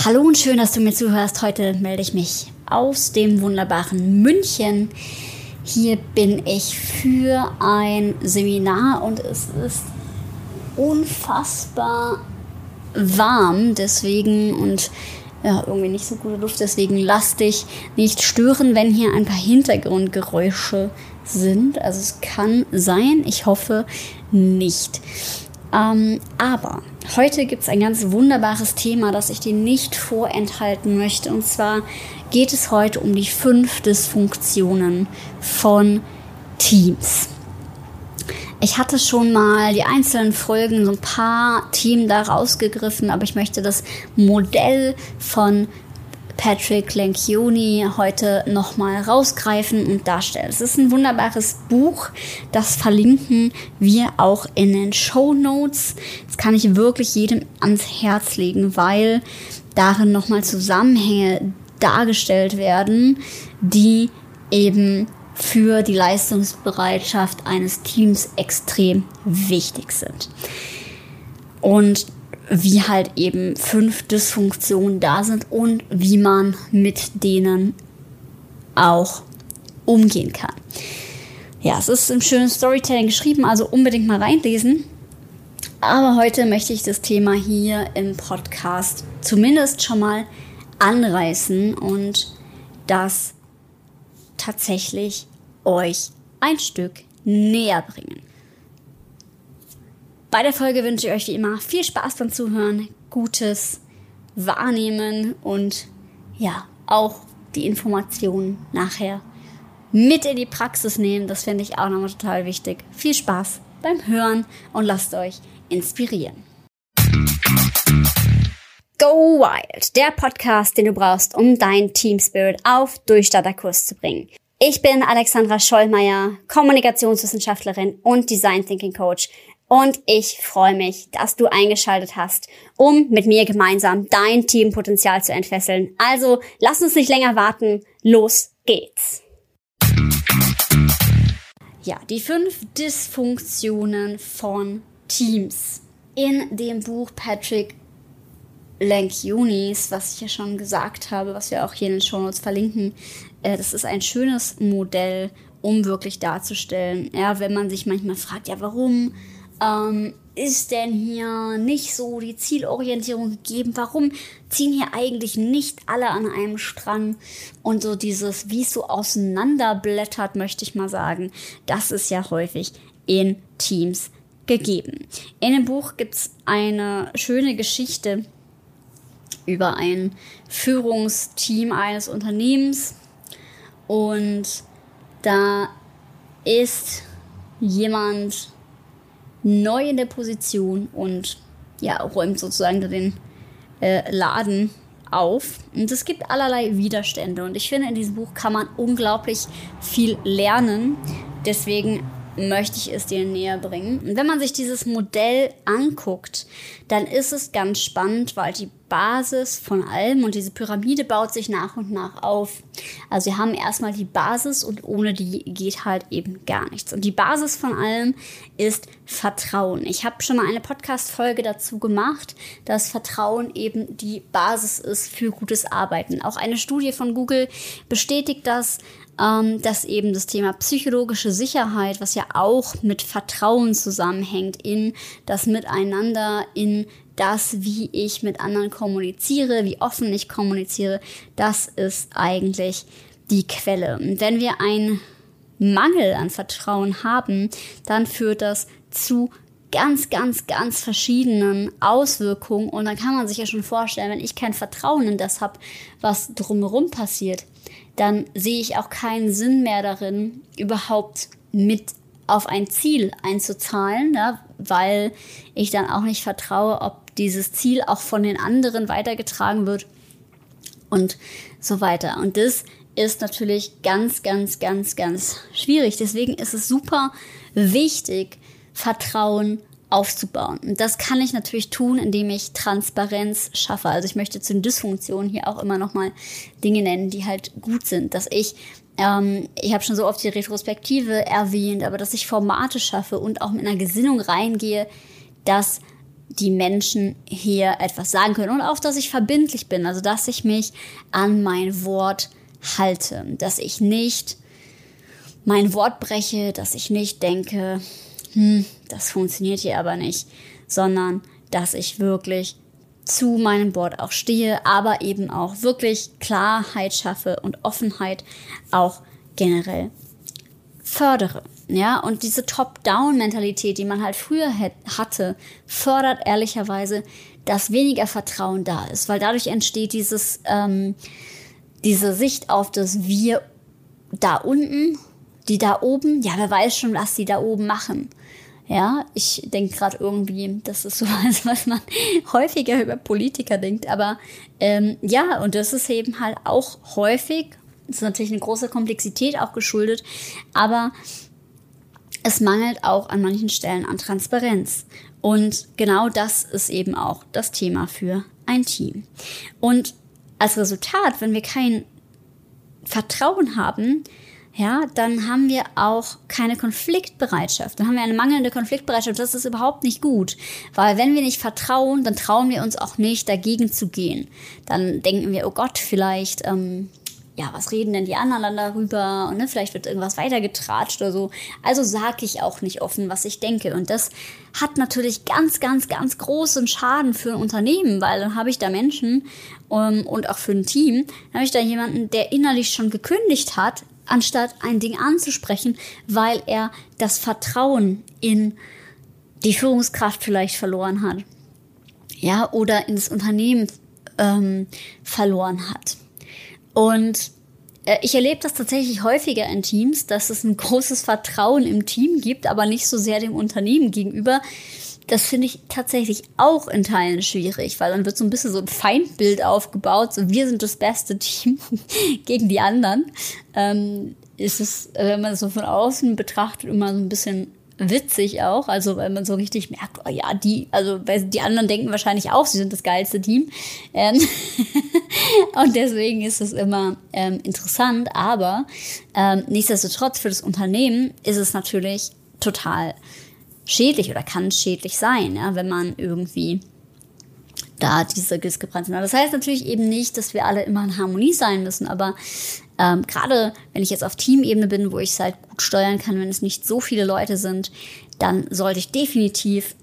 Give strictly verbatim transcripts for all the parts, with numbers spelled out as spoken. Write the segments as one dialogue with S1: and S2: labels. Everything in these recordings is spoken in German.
S1: Hallo und schön, dass du mir zuhörst. Heute melde ich mich aus dem wunderbaren München. Hier bin ich für ein Seminar und es ist unfassbar warm, deswegen und ja, irgendwie nicht so gute Luft, deswegen lass dich nicht stören, wenn hier ein paar Hintergrundgeräusche sind. Also es kann sein, ich hoffe nicht. Ähm, aber heute gibt es ein ganz wunderbares Thema, das ich dir nicht vorenthalten möchte. Und zwar geht es heute um die fünf Dysfunktionen von Teams. Ich hatte schon mal die einzelnen Folgen, so ein paar Themen da rausgegriffen, aber ich möchte das Modell von Patrick Lencioni heute nochmal rausgreifen und darstellen. Es ist ein wunderbares Buch, das verlinken wir auch in den Shownotes. Das kann ich wirklich jedem ans Herz legen, weil darin nochmal Zusammenhänge dargestellt werden, die eben für die Leistungsbereitschaft eines Teams extrem wichtig sind. Und wie halt eben fünf Dysfunktionen da sind und wie man mit denen auch umgehen kann. Ja, es ist im schönen Storytelling geschrieben, also unbedingt mal reinlesen. Aber heute möchte ich das Thema hier im Podcast zumindest schon mal anreißen und das tatsächlich euch ein Stück näher bringen. Bei der Folge wünsche ich euch wie immer viel Spaß beim Zuhören, gutes Wahrnehmen und ja, auch die Informationen nachher mit in die Praxis nehmen. Das finde ich auch nochmal total wichtig. Viel Spaß beim Hören und lasst euch inspirieren. Go Wild, der Podcast, den du brauchst, um dein Team Spirit auf Durchstarterkurs zu bringen. Ich bin Alexandra Schollmeier, Kommunikationswissenschaftlerin und Design Thinking Coach. Und ich freue mich, dass du eingeschaltet hast, um mit mir gemeinsam dein Teampotenzial zu entfesseln. Also lass uns nicht länger warten, los geht's. Ja, die fünf Dysfunktionen von Teams. In dem Buch Patrick Lencioni, was ich ja schon gesagt habe, was wir auch hier in den Shownotes verlinken, äh, das ist ein schönes Modell, um wirklich darzustellen, ja, wenn man sich manchmal fragt, ja, warum ähm, ist denn hier nicht so die Zielorientierung gegeben? Warum ziehen hier eigentlich nicht alle an einem Strang? Und so dieses, wie es so auseinanderblättert, möchte ich mal sagen, das ist ja häufig in Teams gegeben. In dem Buch gibt es eine schöne Geschichte über ein Führungsteam eines Unternehmens und da ist jemand neu in der Position und ja, räumt sozusagen den äh, Laden auf. Und es gibt allerlei Widerstände. Und ich finde, in diesem Buch kann man unglaublich viel lernen. Deswegen möchte ich es dir näher bringen. Und wenn man sich dieses Modell anguckt, dann ist es ganz spannend, weil die Basis von allem und diese Pyramide baut sich nach und nach auf. Also wir haben erstmal die Basis und ohne die geht halt eben gar nichts. Und die Basis von allem ist Vertrauen. Ich habe schon mal eine Podcast-Folge dazu gemacht, dass Vertrauen eben die Basis ist für gutes Arbeiten. Auch eine Studie von Google bestätigt das, ähm, dass eben das Thema psychologische Sicherheit, was ja auch mit Vertrauen zusammenhängt, in das Miteinander, in das, wie ich mit anderen kommuniziere, wie offen ich kommuniziere, das ist eigentlich die Quelle. Und wenn wir einen Mangel an Vertrauen haben, dann führt das zu ganz, ganz, ganz verschiedenen Auswirkungen. Und dann kann man sich ja schon vorstellen, wenn ich kein Vertrauen in das habe, was drumherum passiert, dann sehe ich auch keinen Sinn mehr darin, überhaupt mit auf ein Ziel einzuzahlen, ja, weil ich dann auch nicht vertraue, ob dieses Ziel auch von den anderen weitergetragen wird und so weiter. Und das ist natürlich ganz, ganz, ganz, ganz schwierig. Deswegen ist es super wichtig, Vertrauen aufzubauen. Und das kann ich natürlich tun, indem ich Transparenz schaffe. Also ich möchte zu den Dysfunktionen hier auch immer nochmal Dinge nennen, die halt gut sind. Dass ich, ähm, ich habe schon so oft die Retrospektive erwähnt, aber dass ich Formate schaffe und auch mit einer Gesinnung reingehe, dass die Menschen hier etwas sagen können und auch, dass ich verbindlich bin, also dass ich mich an mein Wort halte, dass ich nicht mein Wort breche, dass ich nicht denke, hm, das funktioniert hier aber nicht, sondern dass ich wirklich zu meinem Wort auch stehe, aber eben auch wirklich Klarheit schaffe und Offenheit auch generell fördere. Ja, und diese Top-Down-Mentalität, die man halt früher hatte, fördert ehrlicherweise, dass weniger Vertrauen da ist, weil dadurch entsteht dieses, ähm, diese Sicht auf das Wir da unten, die da oben, ja, wer weiß schon, was die da oben machen. Ja, ich denke gerade irgendwie, das ist sowas, was man häufiger über Politiker denkt, aber ähm, ja, und das ist eben halt auch häufig, das ist natürlich eine große Komplexität auch geschuldet, aber es mangelt auch an manchen Stellen an Transparenz. Und genau das ist eben auch das Thema für ein Team. Und als Resultat, wenn wir kein Vertrauen haben, ja, dann haben wir auch keine Konfliktbereitschaft. Dann haben wir eine mangelnde Konfliktbereitschaft. Das ist überhaupt nicht gut. Weil wenn wir nicht vertrauen, dann trauen wir uns auch nicht, dagegen zu gehen. Dann denken wir, oh Gott, vielleicht... Ähm, ja, was reden denn die anderen dann darüber? Und ne, vielleicht wird irgendwas weitergetratscht oder so. Also sage ich auch nicht offen, was ich denke. Und das hat natürlich ganz, ganz, ganz großen Schaden für ein Unternehmen, weil dann habe ich da Menschen um, und auch für ein Team, dann habe ich da jemanden, der innerlich schon gekündigt hat, anstatt ein Ding anzusprechen, weil er das Vertrauen in die Führungskraft vielleicht verloren hat. Ja, oder ins Unternehmen ähm, verloren hat. Und äh, ich erlebe das tatsächlich häufiger in Teams, dass es ein großes Vertrauen im Team gibt, aber nicht so sehr dem Unternehmen gegenüber. Das finde ich tatsächlich auch in Teilen schwierig, weil dann wird so ein bisschen so ein Feindbild aufgebaut, so wir sind das beste Team gegen die anderen. Ähm, ist es, wenn man es so von außen betrachtet, immer so ein bisschen witzig auch, also weil man so richtig merkt, oh ja, die, also weil die anderen denken wahrscheinlich auch, sie sind das geilste Team. Ähm und deswegen ist es immer ähm, interessant, aber ähm, nichtsdestotrotz für das Unternehmen ist es natürlich total schädlich oder kann schädlich sein, ja, wenn man irgendwie da diese Diskrepanzen hat. Das heißt natürlich eben nicht, dass wir alle immer in Harmonie sein müssen, aber ähm, gerade wenn ich jetzt auf Teamebene bin, wo ich es halt gut steuern kann, wenn es nicht so viele Leute sind, dann sollte ich definitiv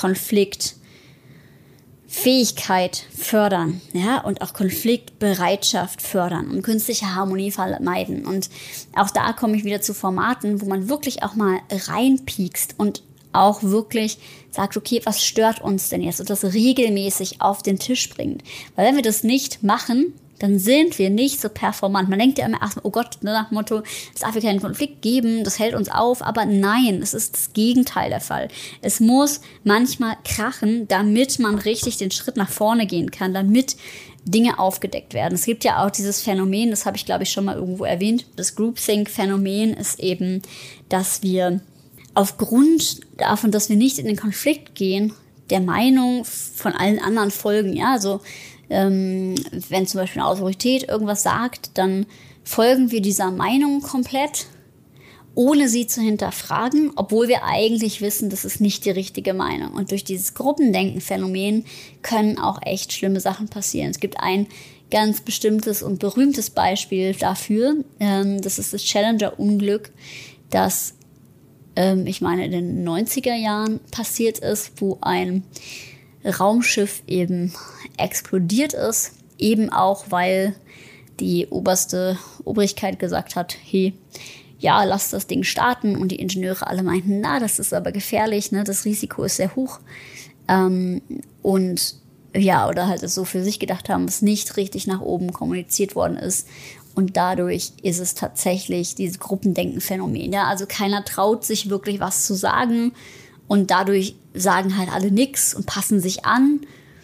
S1: Konfliktfähigkeit fördern, ja, und auch Konfliktbereitschaft fördern und künstliche Harmonie vermeiden. Und auch da komme ich wieder zu Formaten, wo man wirklich auch mal reinpiekst und auch wirklich sagt, okay, was stört uns denn jetzt? Und das regelmäßig auf den Tisch bringt. Weil wenn wir das nicht machen, dann sind wir nicht so performant. Man denkt ja immer erstmal, oh Gott, ne, nach dem Motto, es darf hier keinen Konflikt geben, das hält uns auf. Aber nein, es ist das Gegenteil der Fall. Es muss manchmal krachen, damit man richtig den Schritt nach vorne gehen kann, damit Dinge aufgedeckt werden. Es gibt ja auch dieses Phänomen, das habe ich, glaube ich, schon mal irgendwo erwähnt. Das Groupthink-Phänomen ist eben, dass wir aufgrund davon, dass wir nicht in den Konflikt gehen, der Meinung von allen anderen folgen. Ja, also ähm, wenn zum Beispiel eine Autorität irgendwas sagt, dann folgen wir dieser Meinung komplett, ohne sie zu hinterfragen, obwohl wir eigentlich wissen, das ist nicht die richtige Meinung. Und durch dieses Gruppendenken-Phänomen können auch echt schlimme Sachen passieren. Es gibt ein ganz bestimmtes und berühmtes Beispiel dafür. Ähm, das ist das Challenger-Unglück, das ich meine, in den neunziger Jahren passiert ist, wo ein Raumschiff eben explodiert ist, eben auch, weil die oberste Obrigkeit gesagt hat, hey, ja, lass das Ding starten, und die Ingenieure alle meinten, na, das ist aber gefährlich, ne, das Risiko ist sehr hoch, ähm, und ja, oder halt es so für sich gedacht haben, was nicht richtig nach oben kommuniziert worden ist. Und dadurch ist es tatsächlich dieses Gruppendenken-Phänomen. Ja? Also keiner traut sich wirklich was zu sagen, und dadurch sagen halt alle nichts und passen sich an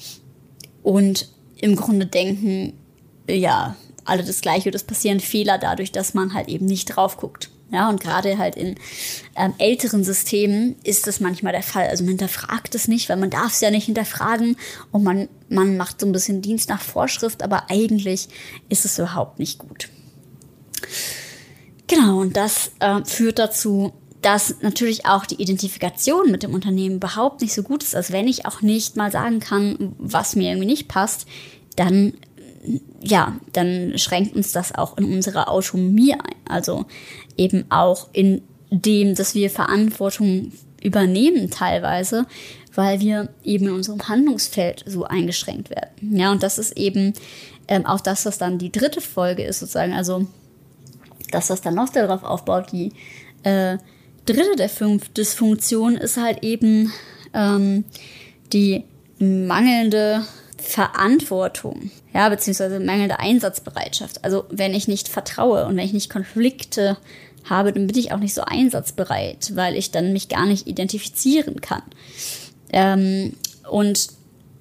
S1: und im Grunde denken, ja, alle das Gleiche, das passieren Fehler dadurch, dass man halt eben nicht drauf guckt. Ja, und gerade halt in ähm, älteren Systemen ist das manchmal der Fall. Also man hinterfragt es nicht, weil man darf es ja nicht hinterfragen, und man, man macht so ein bisschen Dienst nach Vorschrift, aber eigentlich ist es überhaupt nicht gut. Genau, und das äh, führt dazu, dass natürlich auch die Identifikation mit dem Unternehmen überhaupt nicht so gut ist, als wenn ich auch nicht mal sagen kann, was mir irgendwie nicht passt, dann, ja, dann schränkt uns das auch in unserer Autonomie ein. Also eben auch in dem, dass wir Verantwortung übernehmen teilweise, weil wir eben in unserem Handlungsfeld so eingeschränkt werden. Ja, und das ist eben ähm, auch das, was dann die dritte Folge ist sozusagen, also dass das dann noch darauf aufbaut, die äh, dritte der fünf Dysfunktionen ist halt eben ähm, die mangelnde Verantwortung, ja, beziehungsweise mangelnde Einsatzbereitschaft. Also wenn ich nicht vertraue und wenn ich nicht Konflikte habe, dann bin ich auch nicht so einsatzbereit, weil ich dann mich gar nicht identifizieren kann. Ähm, und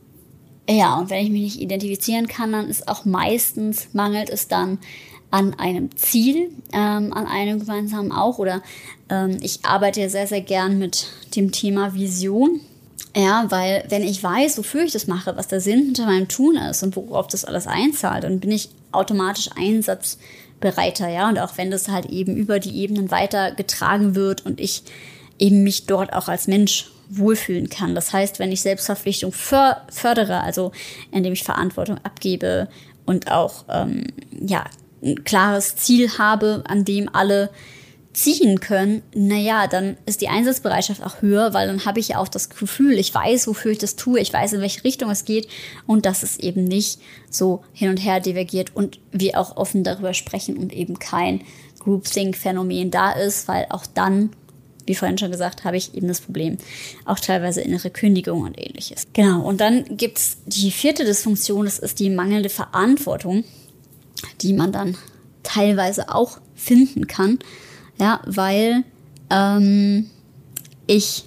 S1: ja, und wenn ich mich nicht identifizieren kann, dann ist auch meistens, mangelt es dann an einem Ziel, ähm, an einem gemeinsamen auch. Oder ähm, ich arbeite ja sehr, sehr gern mit dem Thema Vision. Ja, weil wenn ich weiß, wofür ich das mache, was der Sinn hinter meinem Tun ist und worauf das alles einzahlt, dann bin ich automatisch einsatzbereiter, ja. Und auch wenn das halt eben über die Ebenen weitergetragen wird und ich eben mich dort auch als Mensch wohlfühlen kann. Das heißt, wenn ich Selbstverpflichtung för- fördere, also indem ich Verantwortung abgebe und auch ähm, ja, ein klares Ziel habe, an dem alle ziehen können, naja, dann ist die Einsatzbereitschaft auch höher, weil dann habe ich ja auch das Gefühl, ich weiß, wofür ich das tue, ich weiß, in welche Richtung es geht und dass es eben nicht so hin und her divergiert und wir auch offen darüber sprechen und eben kein Groupthink-Phänomen da ist, weil auch dann, wie vorhin schon gesagt, habe ich eben das Problem, auch teilweise innere Kündigung und ähnliches. Genau, und dann gibt es die vierte Dysfunktion, das ist die mangelnde Verantwortung, die man dann teilweise auch finden kann, ja, weil ähm, ich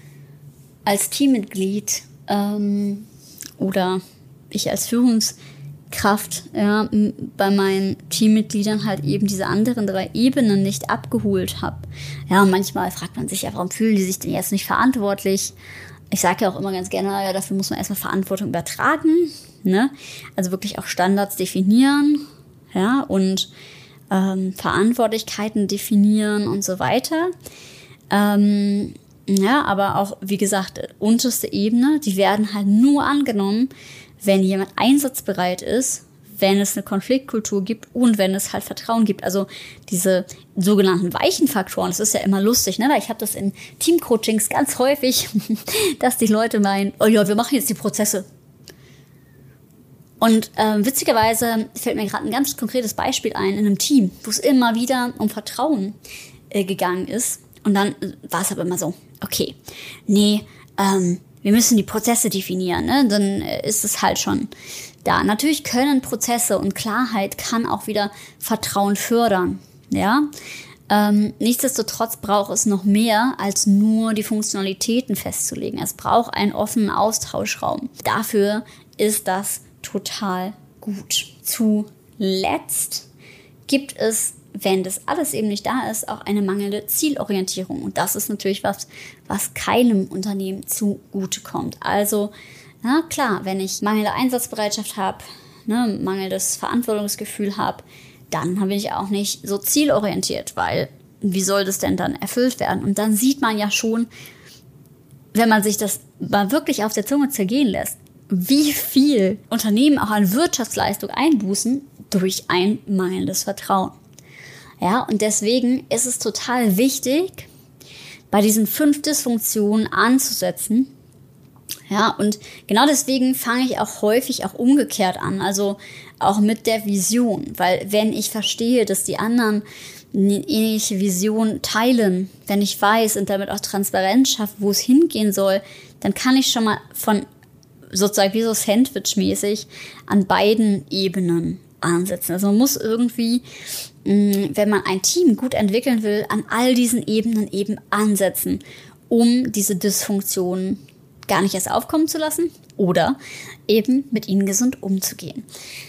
S1: als Teammitglied ähm, oder ich als Führungskraft ja, bei meinen Teammitgliedern halt eben diese anderen drei Ebenen nicht abgeholt habe. Ja, und manchmal fragt man sich ja, warum fühlen die sich denn jetzt nicht verantwortlich? Ich sage ja auch immer ganz gerne, ja, dafür muss man erstmal Verantwortung übertragen, ne? Also wirklich auch Standards definieren, ja, und ähm, Verantwortlichkeiten definieren und so weiter. Ähm, ja, aber auch, wie gesagt, unterste Ebene, die werden halt nur angenommen, wenn jemand einsatzbereit ist, wenn es eine Konfliktkultur gibt und wenn es halt Vertrauen gibt. Also diese sogenannten weichen Faktoren, das ist ja immer lustig, ne? Weil ich habe das in Teamcoachings ganz häufig, dass die Leute meinen, oh ja, wir machen jetzt die Prozesse. Und ähm, witzigerweise fällt mir gerade ein ganz konkretes Beispiel ein in einem Team, wo es immer wieder um Vertrauen äh, gegangen ist. Und dann war es aber immer so, okay, nee, ähm, wir müssen die Prozesse definieren, ne? Dann äh, ist es halt schon da. Natürlich können Prozesse und Klarheit kann auch wieder Vertrauen fördern, ja. Ähm, nichtsdestotrotz braucht es noch mehr, als nur die Funktionalitäten festzulegen. Es braucht einen offenen Austauschraum. Dafür ist das total gut. Zuletzt gibt es, wenn das alles eben nicht da ist, auch eine mangelnde Zielorientierung. Und das ist natürlich was, was keinem Unternehmen zugutekommt. Also, na klar, wenn ich mangelnde Einsatzbereitschaft habe, ne, mangelndes Verantwortungsgefühl habe, dann bin ich auch nicht so zielorientiert, weil wie soll das denn dann erfüllt werden? Und dann sieht man ja schon, wenn man sich das mal wirklich auf der Zunge zergehen lässt, wie viel Unternehmen auch an Wirtschaftsleistung einbußen durch ein mangelndes Vertrauen. Ja, und deswegen ist es total wichtig, bei diesen fünf Dysfunktionen anzusetzen. Ja, und genau deswegen fange ich auch häufig auch umgekehrt an, also auch mit der Vision, weil wenn ich verstehe, dass die anderen eine ähnliche Vision teilen, wenn ich weiß und damit auch Transparenz schaffe, wo es hingehen soll, dann kann ich schon mal von sozusagen wie so Sandwich-mäßig an beiden Ebenen ansetzen. Also man muss irgendwie, wenn man ein Team gut entwickeln will, an all diesen Ebenen eben ansetzen, um diese Dysfunktionen gar nicht erst aufkommen zu lassen oder eben mit ihnen gesund umzugehen.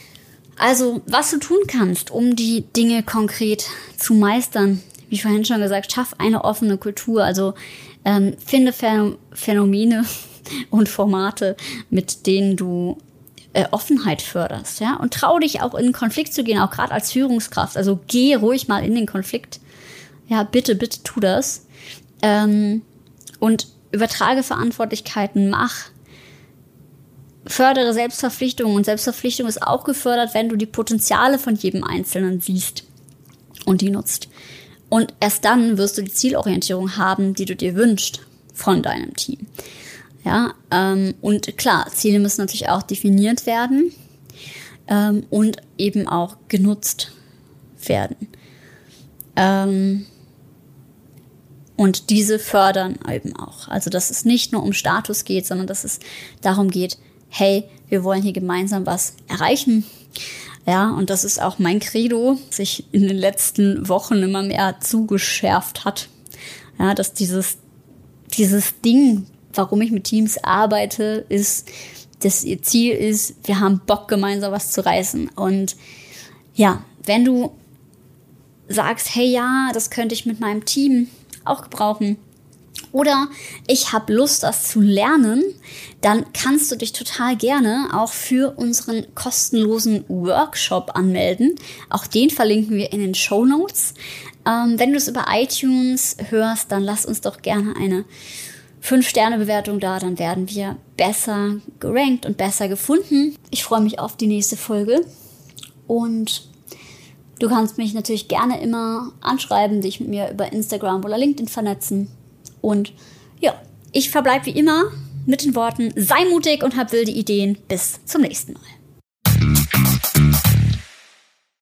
S1: Also, was du tun kannst, um die Dinge konkret zu meistern, wie vorhin schon gesagt, schaff eine offene Kultur, also ähm, finde Phänomene und Formate, mit denen du äh, Offenheit förderst, ja, und trau dich auch in den Konflikt zu gehen, auch gerade als Führungskraft. Also geh ruhig mal in den Konflikt. Ja, bitte, bitte tu das. Ähm, und übertrage Verantwortlichkeiten, mach, fördere Selbstverpflichtung. Und Selbstverpflichtung ist auch gefördert, wenn du die Potenziale von jedem Einzelnen siehst und die nutzt. Und erst dann wirst du die Zielorientierung haben, die du dir wünschst von deinem Team. Ja, ähm, und klar, Ziele müssen natürlich auch definiert werden ähm, und eben auch genutzt werden. Ähm, und diese fördern eben auch. Also, dass es nicht nur um Status geht, sondern dass es darum geht, hey, wir wollen hier gemeinsam was erreichen. Ja, und das ist auch mein Credo, das sich in den letzten Wochen immer mehr zugeschärft hat. Ja, dass dieses, dieses Ding, warum ich mit Teams arbeite, ist, dass ihr Ziel ist, wir haben Bock, gemeinsam was zu reißen. Und ja, wenn du sagst, hey, ja, das könnte ich mit meinem Team auch gebrauchen, oder ich habe Lust, das zu lernen, dann kannst du dich total gerne auch für unseren kostenlosen Workshop anmelden. Auch den verlinken wir in den Shownotes. Ähm, wenn du es über iTunes hörst, dann lass uns doch gerne eine fünf Sterne Bewertung da, dann werden wir besser gerankt und besser gefunden. Ich freue mich auf die nächste Folge und du kannst mich natürlich gerne immer anschreiben, dich mit mir über Instagram oder LinkedIn vernetzen. Und ja, ich verbleibe wie immer mit den Worten, sei mutig und hab wilde Ideen. Bis zum nächsten Mal.